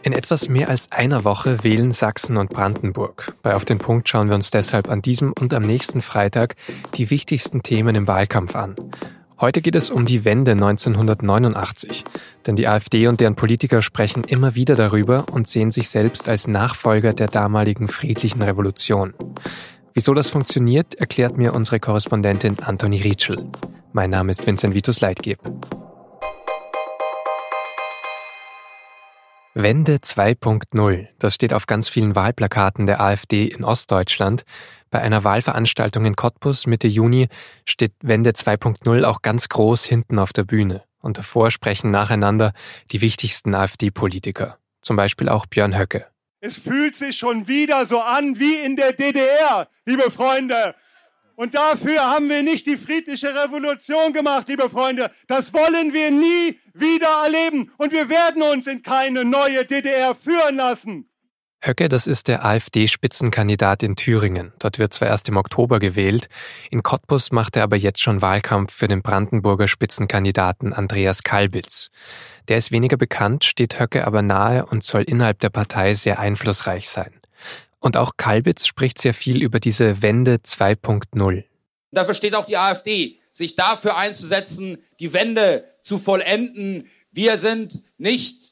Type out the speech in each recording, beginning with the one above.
In etwas mehr als einer Woche wählen Sachsen und Brandenburg. Bei Auf den Punkt schauen wir uns deshalb an diesem und am nächsten Freitag die wichtigsten Themen im Wahlkampf an. Heute geht es um die Wende 1989. Denn die AfD und deren Politiker sprechen immer wieder darüber und sehen sich selbst als Nachfolger der damaligen friedlichen Revolution. Wieso das funktioniert, erklärt mir unsere Korrespondentin Antoni Rietschel. Mein Name ist Vincent Vitus Leitgeb. Wende 2.0, das steht auf ganz vielen Wahlplakaten der AfD in Ostdeutschland. Bei einer Wahlveranstaltung in Cottbus Mitte Juni steht Wende 2.0 auch ganz groß hinten auf der Bühne. Und davor sprechen nacheinander die wichtigsten AfD-Politiker. Zum Beispiel auch Björn Höcke. Es fühlt sich schon wieder so an wie in der DDR, liebe Freunde. Und dafür haben wir nicht die friedliche Revolution gemacht, liebe Freunde. Das wollen wir nie wieder erleben. Und wir werden uns in keine neue DDR führen lassen. Höcke, das ist der AfD-Spitzenkandidat in Thüringen. Dort wird zwar erst im Oktober gewählt. In Cottbus macht er aber jetzt schon Wahlkampf für den Brandenburger Spitzenkandidaten Andreas Kalbitz. Der ist weniger bekannt, steht Höcke aber nahe und soll innerhalb der Partei sehr einflussreich sein. Und auch Kalbitz spricht sehr viel über diese Wende 2.0. Dafür steht auch die AfD, sich dafür einzusetzen, die Wende zu vollenden. Wir sind nicht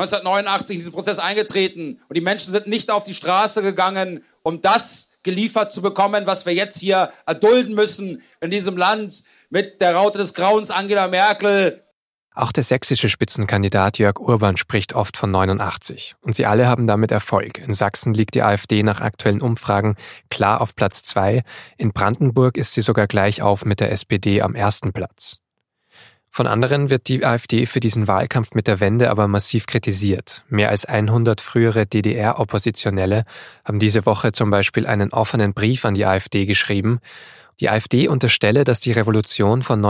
1989 in diesen Prozess eingetreten und die Menschen sind nicht auf die Straße gegangen, um das geliefert zu bekommen, was wir jetzt hier erdulden müssen in diesem Land mit der Raute des Grauens Angela Merkel. Auch der sächsische Spitzenkandidat Jörg Urban spricht oft von 89. Und sie alle haben damit Erfolg. In Sachsen liegt die AfD nach aktuellen Umfragen klar auf Platz 2. In Brandenburg ist sie sogar gleich auf mit der SPD am ersten Platz. Von anderen wird die AfD für diesen Wahlkampf mit der Wende aber massiv kritisiert. Mehr als 100 frühere DDR-Oppositionelle haben diese Woche zum Beispiel einen offenen Brief an die AfD geschrieben. Die AfD unterstelle, dass die Revolution von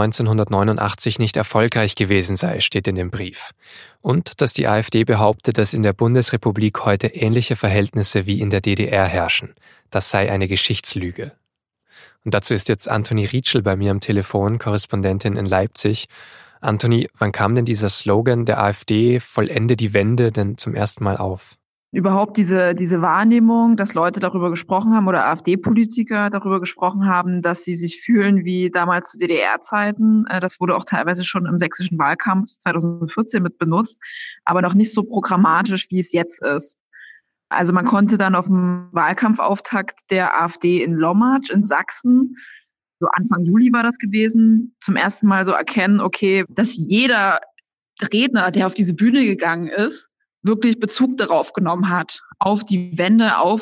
1989 nicht erfolgreich gewesen sei, steht in dem Brief. Und dass die AfD behauptet, dass in der Bundesrepublik heute ähnliche Verhältnisse wie in der DDR herrschen. Das sei eine Geschichtslüge. Und dazu ist jetzt Antoni Rietschel bei mir am Telefon, Korrespondentin in Leipzig. Antoni, wann kam denn dieser Slogan der AfD, vollende die Wende, denn zum ersten Mal auf? Überhaupt diese Wahrnehmung, dass Leute darüber gesprochen haben oder AfD-Politiker darüber gesprochen haben, dass sie sich fühlen wie damals zu DDR-Zeiten. Das wurde auch teilweise schon im sächsischen Wahlkampf 2014 mit benutzt, aber noch nicht so programmatisch, wie es jetzt ist. Also man konnte dann auf dem Wahlkampfauftakt der AfD in Lommatsch in Sachsen, so Anfang Juli war das gewesen, zum ersten Mal so erkennen, okay, dass jeder Redner, der auf diese Bühne gegangen ist, wirklich Bezug darauf genommen hat, auf die Wende, auf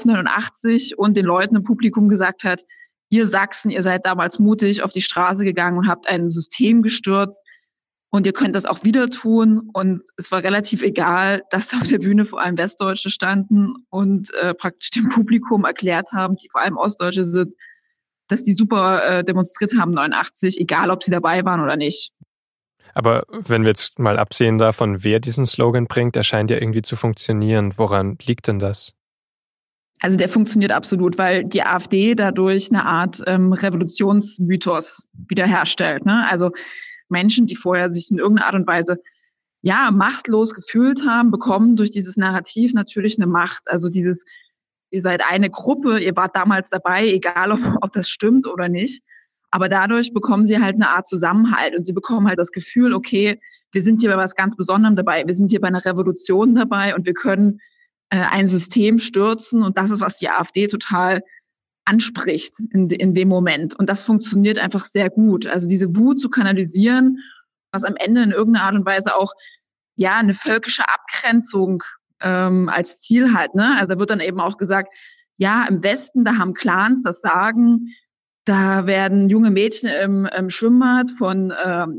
89 und den Leuten im Publikum gesagt hat, ihr Sachsen, ihr seid damals mutig auf die Straße gegangen und habt ein System gestürzt und ihr könnt das auch wieder tun. Und es war relativ egal, dass auf der Bühne vor allem Westdeutsche standen und praktisch dem Publikum erklärt haben, die vor allem Ostdeutsche sind, dass die super demonstriert haben 89, egal ob sie dabei waren oder nicht. Aber wenn wir jetzt mal absehen davon, wer diesen Slogan bringt, der scheint ja irgendwie zu funktionieren. Woran liegt denn das? Also der funktioniert absolut, weil die AfD dadurch eine Art Revolutionsmythos wiederherstellt. Ne? Also Menschen, die vorher sich in irgendeiner Art und Weise machtlos gefühlt haben, bekommen durch dieses Narrativ natürlich eine Macht. Also dieses, ihr seid eine Gruppe, ihr wart damals dabei, egal ob das stimmt oder nicht. Aber dadurch bekommen sie halt eine Art Zusammenhalt und sie bekommen halt das Gefühl, okay, wir sind hier bei was ganz Besonderem dabei, wir sind hier bei einer Revolution dabei und wir können ein System stürzen und das ist, was die AfD total anspricht in dem Moment. Und das funktioniert einfach sehr gut. Also diese Wut zu kanalisieren, was am Ende in irgendeiner Art und Weise auch eine völkische Abgrenzung als Ziel hat. Ne? Also da wird dann eben auch gesagt, im Westen, da haben Clans das Sagen, da werden junge Mädchen im Schwimmbad von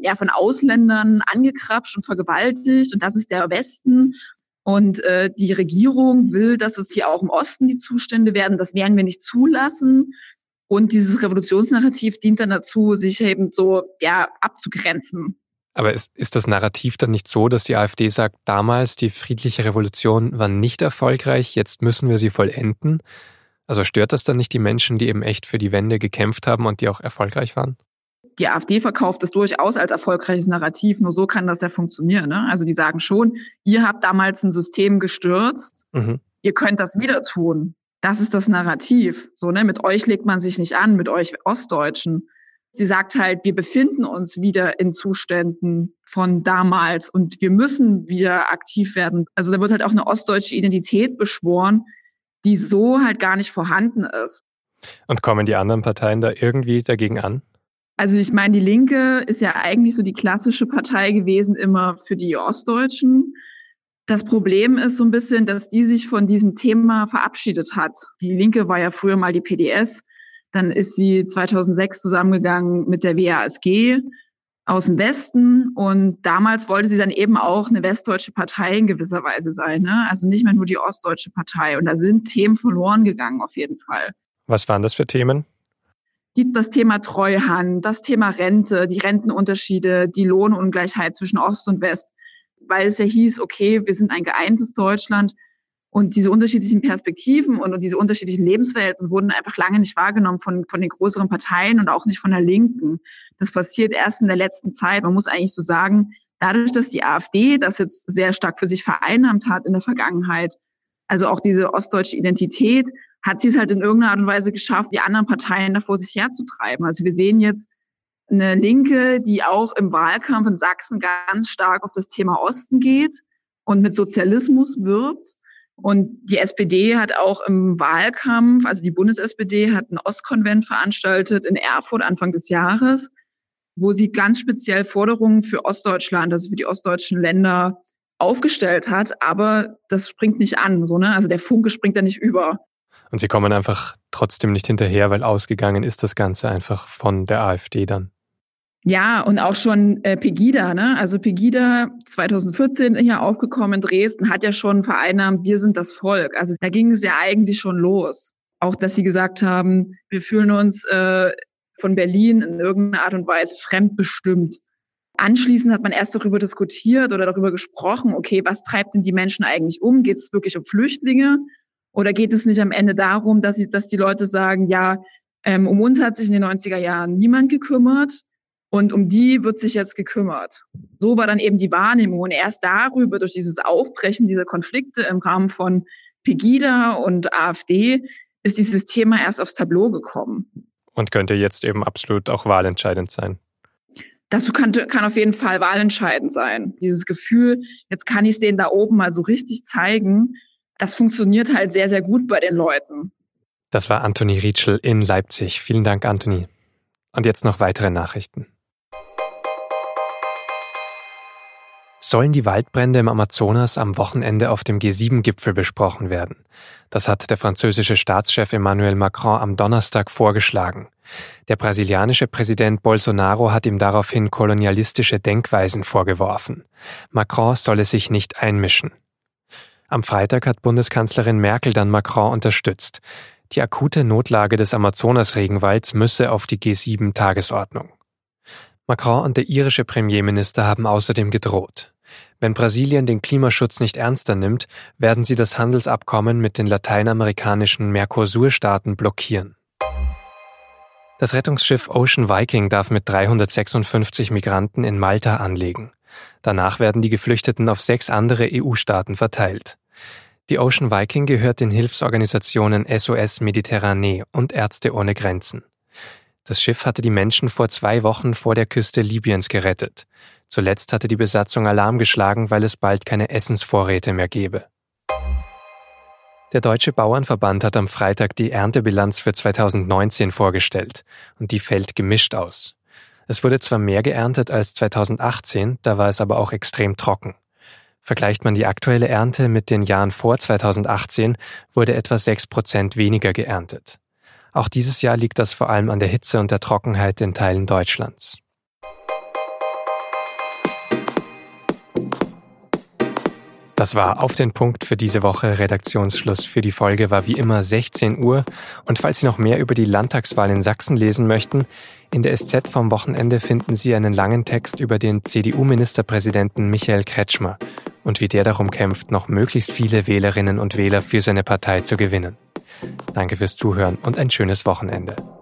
Ausländern angekrapscht und vergewaltigt und das ist der Westen. Und die Regierung will, dass es hier auch im Osten die Zustände werden. Das werden wir nicht zulassen. Und dieses Revolutionsnarrativ dient dann dazu, sich eben so abzugrenzen. Aber ist das Narrativ dann nicht so, dass die AfD sagt, damals die friedliche Revolution war nicht erfolgreich, jetzt müssen wir sie vollenden? Also stört das dann nicht die Menschen, die eben echt für die Wende gekämpft haben und die auch erfolgreich waren? Die AfD verkauft das durchaus als erfolgreiches Narrativ, nur so kann das ja funktionieren. Ne? Also die sagen schon, ihr habt damals ein System gestürzt, ihr könnt das wieder tun. Das ist das Narrativ. So, ne? Mit euch legt man sich nicht an, mit euch Ostdeutschen. Sie sagt halt, wir befinden uns wieder in Zuständen von damals und wir müssen wieder aktiv werden. Also da wird halt auch eine ostdeutsche Identität beschworen, die so halt gar nicht vorhanden ist. Und kommen die anderen Parteien da irgendwie dagegen an? Also ich meine, die Linke ist ja eigentlich so die klassische Partei gewesen, immer für die Ostdeutschen. Das Problem ist so ein bisschen, dass die sich von diesem Thema verabschiedet hat. Die Linke war ja früher mal die PDS, dann ist sie 2006 zusammengegangen mit der WASG aus dem Westen und damals wollte sie dann eben auch eine westdeutsche Partei in gewisser Weise sein, ne? Also nicht mehr nur die ostdeutsche Partei und da sind Themen verloren gegangen auf jeden Fall. Was waren das für Themen? Das Thema Treuhand, das Thema Rente, die Rentenunterschiede, die Lohnungleichheit zwischen Ost und West, weil es ja hieß, okay, wir sind ein geeintes Deutschland und diese unterschiedlichen Perspektiven und diese unterschiedlichen Lebensverhältnisse wurden einfach lange nicht wahrgenommen von den größeren Parteien und auch nicht von der Linken. Das passiert erst in der letzten Zeit. Man muss eigentlich so sagen, dadurch, dass die AfD das jetzt sehr stark für sich vereinnahmt hat in der Vergangenheit, also auch diese ostdeutsche Identität, hat sie es halt in irgendeiner Art und Weise geschafft, die anderen Parteien da vor sich herzutreiben. Also wir sehen jetzt eine Linke, die auch im Wahlkampf in Sachsen ganz stark auf das Thema Osten geht und mit Sozialismus wirbt. Und die SPD hat auch im Wahlkampf, also die Bundes-SPD hat einen Ostkonvent veranstaltet in Erfurt Anfang des Jahres, wo sie ganz speziell Forderungen für Ostdeutschland, also für die ostdeutschen Länder aufgestellt hat. Aber das springt nicht an, so, ne? Also der Funke springt da nicht über. Und sie kommen einfach trotzdem nicht hinterher, weil ausgegangen ist das Ganze einfach von der AfD dann. Ja, und auch schon Pegida, ne? Also Pegida 2014 hier aufgekommen in Dresden, hat ja schon vereinnahmt, wir sind das Volk. Also da ging es ja eigentlich schon los. Auch, dass sie gesagt haben, wir fühlen uns von Berlin in irgendeiner Art und Weise fremdbestimmt. Anschließend hat man erst darüber diskutiert oder darüber gesprochen, okay, was treibt denn die Menschen eigentlich um? Geht es wirklich um Flüchtlinge? Oder geht es nicht am Ende darum, dass die Leute sagen, ja, um uns hat sich in den 90er Jahren niemand gekümmert und um die wird sich jetzt gekümmert. So war dann eben die Wahrnehmung. Und erst darüber, durch dieses Aufbrechen dieser Konflikte im Rahmen von Pegida und AfD, ist dieses Thema erst aufs Tableau gekommen. Und könnte jetzt eben absolut auch wahlentscheidend sein. Das kann auf jeden Fall wahlentscheidend sein. Dieses Gefühl, jetzt kann ich es denen da oben mal so richtig zeigen, das funktioniert halt sehr, sehr gut bei den Leuten. Das war Antoni Rietschel in Leipzig. Vielen Dank, Antoni. Und jetzt noch weitere Nachrichten. Sollen die Waldbrände im Amazonas am Wochenende auf dem G7-Gipfel besprochen werden? Das hat der französische Staatschef Emmanuel Macron am Donnerstag vorgeschlagen. Der brasilianische Präsident Bolsonaro hat ihm daraufhin kolonialistische Denkweisen vorgeworfen. Macron solle sich nicht einmischen. Am Freitag hat Bundeskanzlerin Merkel dann Macron unterstützt. Die akute Notlage des Amazonas-Regenwalds müsse auf die G7-Tagesordnung. Macron und der irische Premierminister haben außerdem gedroht. Wenn Brasilien den Klimaschutz nicht ernster nimmt, werden sie das Handelsabkommen mit den lateinamerikanischen Mercosur-Staaten blockieren. Das Rettungsschiff Ocean Viking darf mit 356 Migranten in Malta anlegen. Danach werden die Geflüchteten auf 6 andere EU-Staaten verteilt. Die Ocean Viking gehört den Hilfsorganisationen SOS Mediterranee und Ärzte ohne Grenzen. Das Schiff hatte die Menschen vor 2 Wochen vor der Küste Libyens gerettet. Zuletzt hatte die Besatzung Alarm geschlagen, weil es bald keine Essensvorräte mehr gäbe. Der Deutsche Bauernverband hat am Freitag die Erntebilanz für 2019 vorgestellt und die fällt gemischt aus. Es wurde zwar mehr geerntet als 2018, da war es aber auch extrem trocken. Vergleicht man die aktuelle Ernte mit den Jahren vor 2018, wurde etwa 6% weniger geerntet. Auch dieses Jahr liegt das vor allem an der Hitze und der Trockenheit in Teilen Deutschlands. Das war Auf den Punkt für diese Woche. Redaktionsschluss für die Folge war wie immer 16 Uhr. Und falls Sie noch mehr über die Landtagswahl in Sachsen lesen möchten, in der SZ vom Wochenende finden Sie einen langen Text über den CDU-Ministerpräsidenten Michael Kretschmer und wie der darum kämpft, noch möglichst viele Wählerinnen und Wähler für seine Partei zu gewinnen. Danke fürs Zuhören und ein schönes Wochenende.